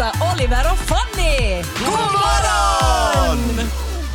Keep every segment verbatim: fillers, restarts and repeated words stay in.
hälsa Oliver och Fanny! God morgon!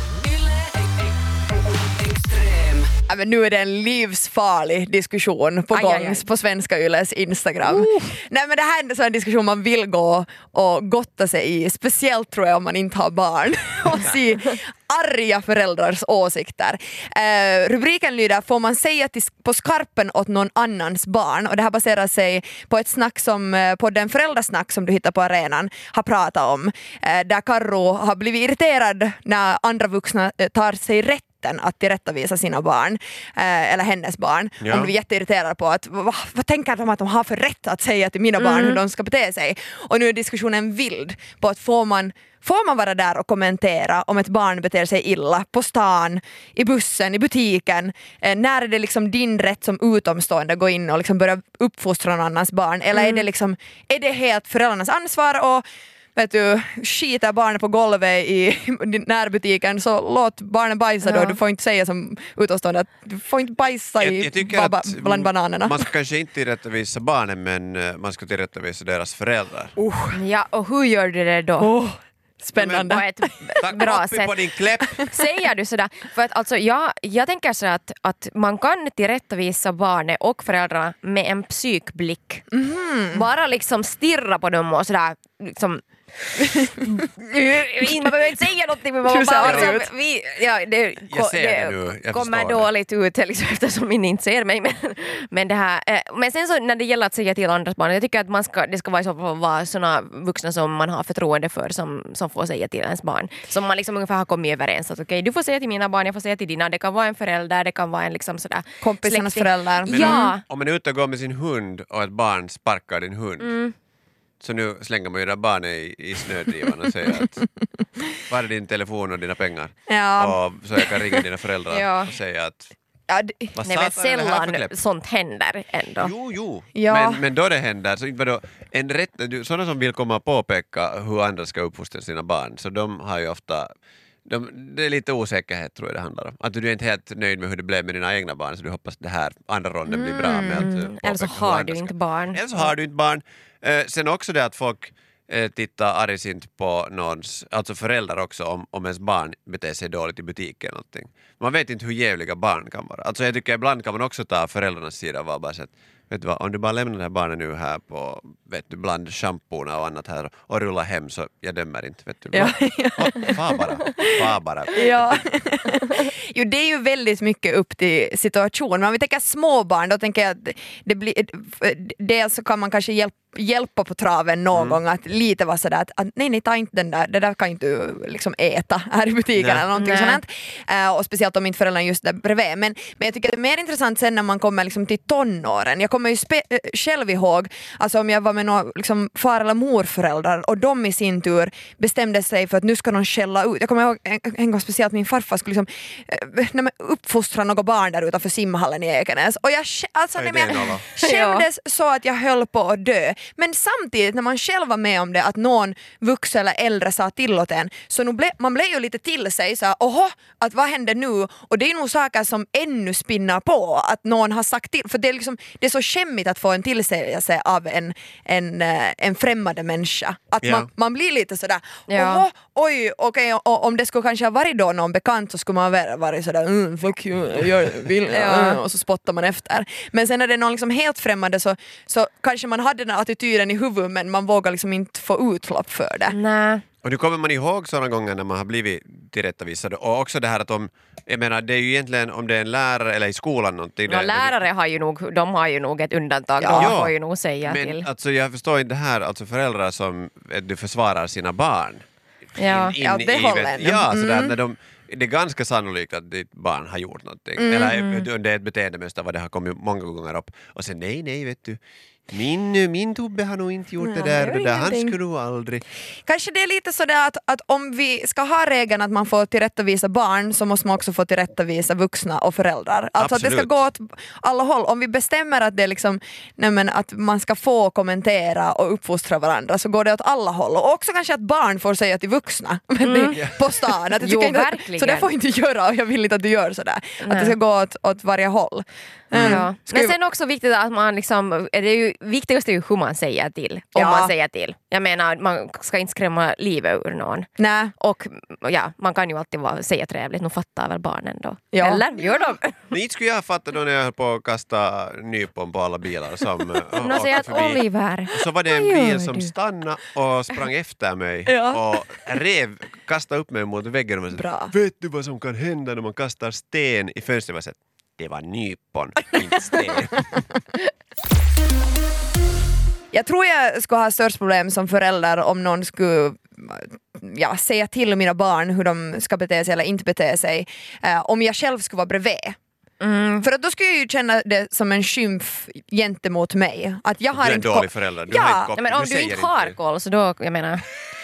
Ja, men nu är det en livsfarlig diskussion på aj, gång aj, aj. på Svenska Yles Instagram. Uh. Nej, men det här är en sån diskussion man vill gå och gotta sig i. Speciellt tror jag om man inte har barn. Och se arga föräldrars åsikter. Eh, rubriken lyder: får man säga till, på skarpen åt någon annans barn? Och det här baserar sig på ett snack som eh, på den föräldrasnack som du hittar på arenan har pratat om. Eh, där Karro har blivit irriterad när andra vuxna eh, tar sig rätt att tillrättavisa sina barn eh, eller hennes barn. Ja. Hon blir jätteirriterad på att vad, vad tänker de att de har för rätt att säga till mina Mm. barn hur de ska bete sig. Och nu är diskussionen vild på att får man, får man vara där och kommentera om ett barn beter sig illa på stan, i bussen, i butiken. Eh, när är det liksom din rätt som utomstående gå in och liksom börja uppfostra någon annans barn? Eller Mm. är det liksom är det helt föräldrarnas ansvar och vet du, skiter barnen på golvet i närbutiken så låt barnen bajsa Ja. då. Du får inte säga som utomstående att du får inte bajsa Jag, i jag tycker baba, att bland bananerna. man ska kanske inte tillrättavisa barnen, men eh, man ska tillrättavisa deras föräldrar. Ja, och hur gör du det då? Oh, spännande. På ett Tack bra Poppi sätt. på din kläpp. Säger du sådär? För att alltså, jag, jag tänker så att, att man kan tillrättavisa barnet och föräldrarna med en psykblick. Mm. Bara liksom stirra på dem och sådär liksom man behöver inte säga någonting men man Hur ser bara, det alltså, ut? vi, ja, det, Jag ser det nu, jag kommer förstår det. dåligt ut liksom, eftersom min inte ser mig men, men, det här, eh, men sen så när det gäller att säga till andras barn, jag tycker att man ska, det ska vara, så, vara såna vuxna som man har förtroende för som, som får säga till ens barn, som man liksom ungefär har kommit överens att okej, okay, du får säga till mina barn, jag får säga till dina, det kan vara en förälder, det kan vara en liksom sådär Kompisarnas släkting. föräldrar. Men Ja. om, om man är ute och går med sin hund och ett barn sparkar din hund, Mm. så nu slänger man ju det där barnet i, i snödrivan och säger att var är din telefon och dina pengar? Ja. Och så jag kan ringa dina föräldrar Ja. och säga att Ja, det, vad Nej men satan är det här för sällan kläpp? sånt händer ändå. Jo, jo. Ja. Men, men då det händer, så inte vadå, en rätt, du- sådana som vill komma och påpeka hur andra ska uppfostra sina barn, så de har ju ofta, de, det är lite osäkerhet tror jag det handlar om. Att du är inte helt nöjd med hur det blev med dina egna barn, så du hoppas att det här andra ronden blir bra med att eh, påpeka Eller så hur har andra du ska- inte barn. Eller så har du inte barn. Eh, sen också det att folk eh, tittar argsint på någons, alltså föräldrar också, om, om ens barn beter sig dåligt i butiken eller någonting. Man vet inte hur jävliga barn kan vara. Alltså jag tycker ibland kan man också ta föräldrarnas sida och vara bara så att, vet du vad, om du bara lämnar det här barnet nu här på, vet du, bland shampoona och annat här och rullar hem, så jag dömer inte, vet du. Ja. Va? Fa bara, fa bara. ja. Jo, det är ju väldigt mycket upp till situationen. Men om vi tänker småbarn, då tänker jag att det blir, dels så kan man kanske hjälpa hjälpa på traven någon Mm. gång att lite vara sådär att, att nej, nej, ta inte den där, det där kan inte du liksom äta här i butiken Nej. eller någonting Nej. sådant. Uh, och speciellt om inte föräldrarna just där bredvid. Men, men jag tycker det är mer intressant sen när man kommer liksom till tonåren. Jag kommer ju spe- äh, själv ihåg, alltså om jag var med några liksom, far- eller morföräldrar och de i sin tur bestämde sig för att nu ska de skälla ut. Jag kommer ihåg en, en gång speciellt min farfar skulle liksom, äh, nej, men uppfostra några barn där utanför simhallen i Ekenäs. Och jag, kä- alltså, Oj, nej, det är men jag nolla. kändes så att jag höll på att dö. Men samtidigt när man själv var med om det, att någon vuxen eller äldre sa till åt en, så nu ble, man blev ju lite till sig så här, oho, att vad händer nu? Och det är nog saker som ännu spinnar på att någon har sagt till, för det är, liksom, det är så skämmigt att få en tillsägelse av en, en, eh, en främmande människa. Att Ja. man, man blir lite sådär, Ja. oho, oj, okej, och om det skulle kanske ha varit då någon bekant så skulle man vara varit sådär, mm, fuck you, jag gör det, vill, Ja. mm, och så spottar man efter. Men sen när det är någon liksom helt främmande så, så kanske man hade den här attityden i huvudet, men man vågar liksom inte få utlopp för det. Nej. Och nu kommer man ihåg sådana gånger när man har blivit tillrättavisad, och också det här att om, jag menar det är ju egentligen om det är en lärare eller i skolan någonting. No, det, lärare har ju nog, de har ju nog ett undantag, Ja. de får ju nog säga men till. alltså jag förstår inte det här, alltså föräldrar som vet du, försvarar sina barn. Ja. Ja, det i, håller vet, ändå. ja, sådär, Mm. när de, det är ganska sannolikt att ditt barn har gjort någonting. Mm. Eller under ett beteendemönster vad det har kommit många gånger upp. Och sen nej, nej, vet du. Min, min Tobbe har nog inte gjort Nej, det där, jag det gör där. Han ingenting. skulle nog aldrig. Kanske det är lite sådär att, att om vi ska ha regeln att man får tillrättavisa barn så måste man också få tillrättavisa vuxna och föräldrar. Alltså att det ska Absolut. gå åt alla håll. Om vi bestämmer att det är liksom, nej men, att man ska få kommentera och uppfostra varandra så går det åt alla håll. Och också kanske att barn får säga till vuxna men det, på stan. Att jag Jo, tycker inte att, verkligen. så det får jag inte göra och jag vill inte att du gör sådär. Att det ska gå åt, åt varje håll. Mm. Ja. Ska Men ju- sen också viktigt att man liksom, det är ju viktigast är ju hur man säger till. Om Ja. man säger till. Jag menar, man ska inte skrämma livet ur någon. Nej. Och ja, man kan ju alltid vara, säga trevligt. Nu fattar väl barnen då. Ja. Eller? Gör de? Men inte skulle jag fatta då när jag höll på att kasta nypon på alla bilar som äh, Någon säger att Oliver, Och så var det en vad gör bil som du? stannade och sprang efter mig Ja. och rev, kastade upp mig mot väggen och var så, Bra. vet du vad som kan hända när man kastar sten i fönstret? Jag var så, det var nypon, inte sten. Jag tror jag skulle ha störst problem som förälder om någon skulle ja, säga till mina barn hur de ska bete sig eller inte bete sig eh, om jag själv skulle vara bredvid. Mm. För att då skulle jag ju känna det som en skymf gentemot mig. Att jag har Du är en inte dålig ko- förälder. Du Ja. har inte kopp- Nej, men om du, säger inte har koll så då, jag menar...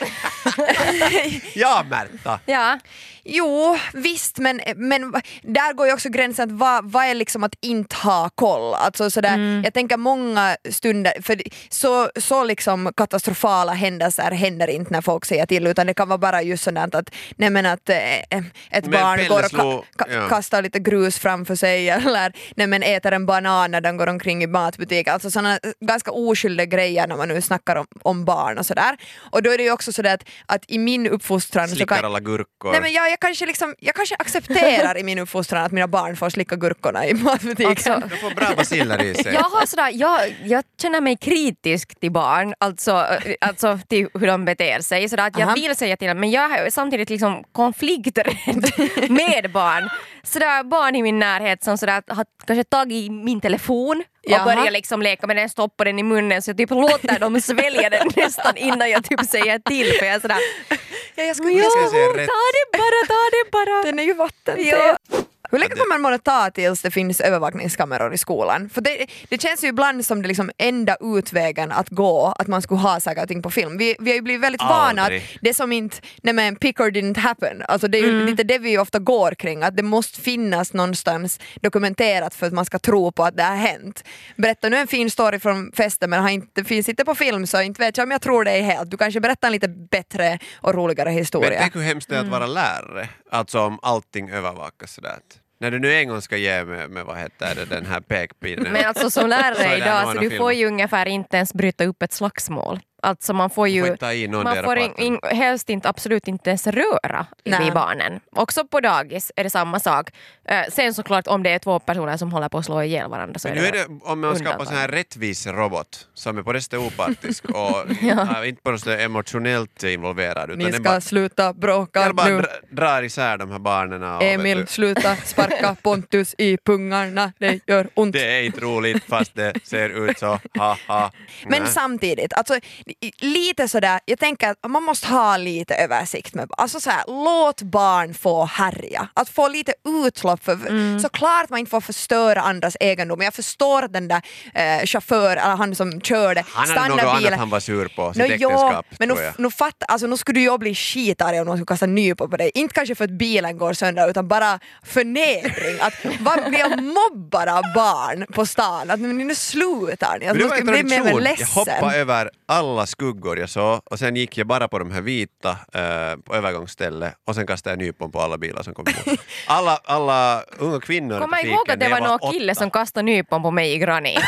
Ja, Märta. Ja. Jo, visst, men, men där går ju också gränsen att vad, vad är liksom att inte ha koll. Alltså sådär, Mm. jag tänker många stunder, för så, så liksom katastrofala händelser händer inte när folk säger till, utan det kan vara bara just sådant att, nej men att äh, ett Men barn Pelle går och slog- ka- ka- ja. kastar lite grus framför sig eller nej men äter en banan när den går omkring i matbutik. Alltså sådana ganska oskyldiga grejer när man nu snackar om, om barn och sådär. Och då är det ju också sådär att, att i min uppfostran så Slickar kan, alla gurkor. nej men jag, jag, kanske liksom, jag kanske accepterar i min uppfostran att mina barn får slicka gurkorna i matbutiken. Alltså, De får bra basiller i sig. Jag, har sådär, jag, jag känner mig kritisk till barn, alltså, alltså till hur de beter sig. Sådär att jag Aha. vill säga till dem, men jag är samtidigt liksom konflikträdd med barn. Sådär, barn i min närhet som sådär, har kanske tagit min telefon och Jaha. börjar liksom leka med den, stoppar den i munnen så jag typ låter dem svälja den nästan innan jag typ säger till. För jag är sådär, ja, jag skulle, jo, ska jag säga ta rätt. det bara, ta det bara. den är ju vatten. Ja. Hur länge kommer man att ta tills det finns övervakningskameror i skolan? För det, det känns ju ibland som det liksom enda utvägen att gå, att man skulle ha saker och ting på film. Vi, vi har ju blivit väldigt vana att Aldrig. det som inte, nej men pick or didn't happen. Alltså det är ju Mm. lite det vi ofta går kring, att det måste finnas någonstans dokumenterat för att man ska tro på att det har hänt. Berätta nu en fin story från festen men har inte, finns inte på film så inte vet jag om jag tror det är helt. Du kanske berättar en lite bättre och roligare historia. Men tänk hur hemskt det är att vara lärare. Alltså om allting övervakas sådär. När du nu en gång ska ge med, med vad heter det, den här pekpinnen. Men alltså som Så är lärare det idag någon så av du får filmerna. ju ungefär inte ens bryta upp ett slagsmål. Alltså man får ju får inte ta i någon man dera får in, parten. in, helst inte, absolut inte ens röra Nej. vid barnen. Också på dagis är det samma sak. Eh, sen såklart om det är två personer som håller på att slå ihjäl varandra så Men är nu det, är det om man skapar undantag. sån här rättvis robot som är på det sättet opartisk och ja. inte på något sätt emotionellt involverad utan Ni den ska bara, sluta bråka den bara nu. dra, drar isär de här barnen. Och, Emil, vet du, sluta sparka Pontus i pungarna, det gör ont. det är inte roligt fast det ser ut så. Ha, ha. Men Nej. samtidigt, alltså, i- lite sådär, jag tänker att man måste ha lite översikt med, alltså såhär, låt barn få härja, att få lite utlopp för, Mm. såklart man inte får förstöra andras egendom. Jag förstår att den där eh, chaufför, eller han som körde, Han hade något stannar annat bilen. han var sur på, sitt No, äktenskap men nu, tror jag. nu, fatt, alltså, nu skulle jag bli skitarg om någon skulle kasta nypor på dig. Inte kanske för att bilen går sönder utan bara förnedring. Att, vad blir jag mobbad av barn på stan? Att men, nu slutar ni. Men Alltså, det nu var ska en jag bli mer tradition. Jag ledsen. hoppade över alla skuggor jag såg och sen gick jag bara på de här vita eh, på övergångsstället och sen kastade jag nypon på alla bilar som kom emot. Alla, alla unga kvinnor Kom i trafiken, ihåg att det när jag var någon åtta. kille som kastade nypon på mig i Granny.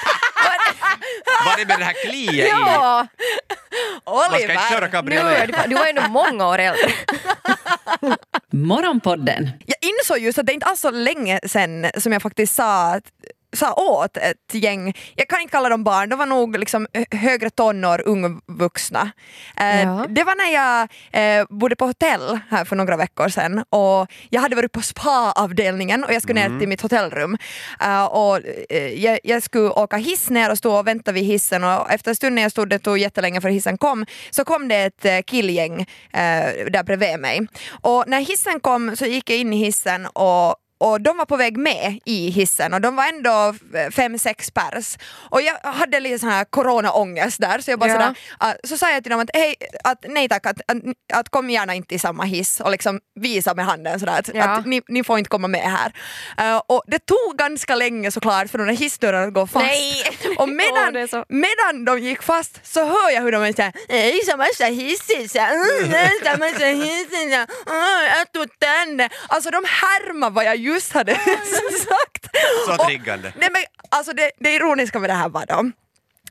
Var det med det här kliet i? Ja, Man ska inte köra Oliver! nu, cabriolet. du, du var ju nog många år äldre. Morgonpodden. Jag insåg just att det inte alls så länge sedan som jag faktiskt sa att sa åt ett gäng, jag kan inte kalla dem barn, de var nog liksom högre tonår, unga vuxna. Eh, Ja. Det var när jag eh, bodde på hotell här för några veckor sedan och jag hade varit på spa-avdelningen och jag skulle ner till mitt hotellrum. Eh, och eh, jag, jag skulle åka hiss ner och stå och vänta vid hissen och efter en stund när jag stod, det tog jättelänge för hissen kom, så kom det ett eh, killgäng eh, där bredvid mig. Och när hissen kom så gick jag in i hissen och Och de var på väg med i hissen och de var ändå fem, sex pers. Och jag hade lite sån här coronaångest där så jag bara Ja. sådär, uh, så sa jag till dem att hej, att nej tack, att, att, att kom gärna inte i samma hiss och liksom visa med handen sådär att, Ja. att ni, ni får inte komma med här. Uh, och det tog ganska länge såklart för de där hissdörrarna går fast. Nej! Och medan, Åh, det är så- medan de gick fast så hör jag hur de är såhär, nej så massa hissig, så här, mm, nej, så massa hissig, så här, mm, jag tog den. Alltså de härmar vad jag just hade sagt. Så Och- triggande. Nej, men, alltså det, det ironiska med det här var då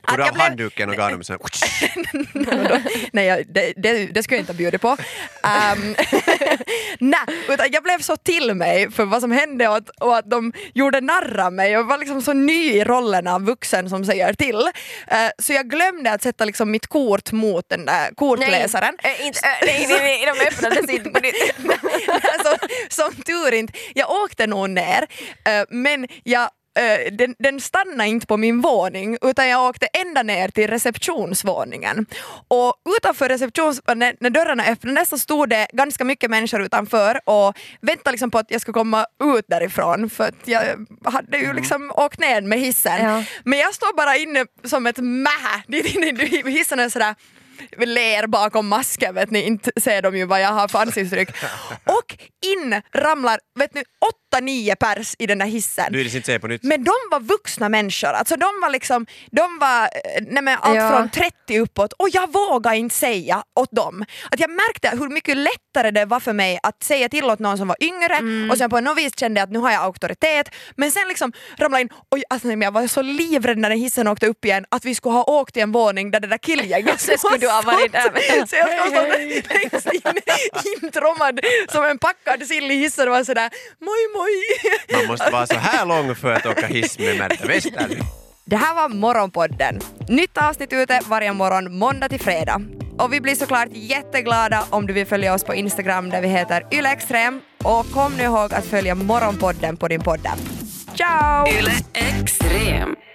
Tog du av blev... handduken och gav dem så Nej, jag, det, det, det skulle jag inte ha bjudit på. Um, nej, utan jag blev så till mig för vad som hände och att, och att de gjorde narra mig. Jag var liksom så ny i rollen av vuxen som säger till. Uh, så jag glömde att sätta liksom mitt kort mot den där kortläsaren. Nej, äh, inte, äh, nej, nej, nej, de öppnade sig inte på nytt. Alltså, som tur inte. Jag åkte nog ner, uh, men jag Uh, den, den stannade inte på min våning utan jag åkte ända ner till receptionsvåningen och utanför receptionsvåningen, när dörrarna öppnades så stod det ganska mycket människor utanför och väntade liksom på att jag skulle komma ut därifrån för att jag hade ju liksom åkt ner med hissen. Ja. Men jag står bara inne som ett mäh, hissen är sådär ler bakom masken, vet ni, inte ser de ju vad jag har för ansiktsuttryck. Och in ramlar, vet ni, åtta, nio pers i den där hissen. Du vill inte se på nytt. Men de var vuxna människor, alltså de var liksom, de var nej men, allt ja. från trettio uppåt och jag vågade inte säga åt dem. Att jag märkte hur mycket lättare det var för mig att säga till åt någon som var yngre mm. och sen på något vis kände jag att nu har jag auktoritet, men sen liksom ramlade in och alltså, jag var så livrädd när den hissen åkte upp igen att vi skulle ha åkt till en våning där det där killgänget skulle du ha varit där. Så jag ska stå längst in, intrommad som en packad sill i hissen och var sådär moj moj. Man måste vara så här lång för att åka hiss med Märta Western. Det här var Morgonpodden. Nytt avsnitt ute varje morgon måndag till fredag. Och vi blir såklart jätteglada om du vill följa oss på Instagram där vi heter YleExtrem. Och kom nu ihåg att följa Morgonpodden på din podd. Ciao! YleExtrem.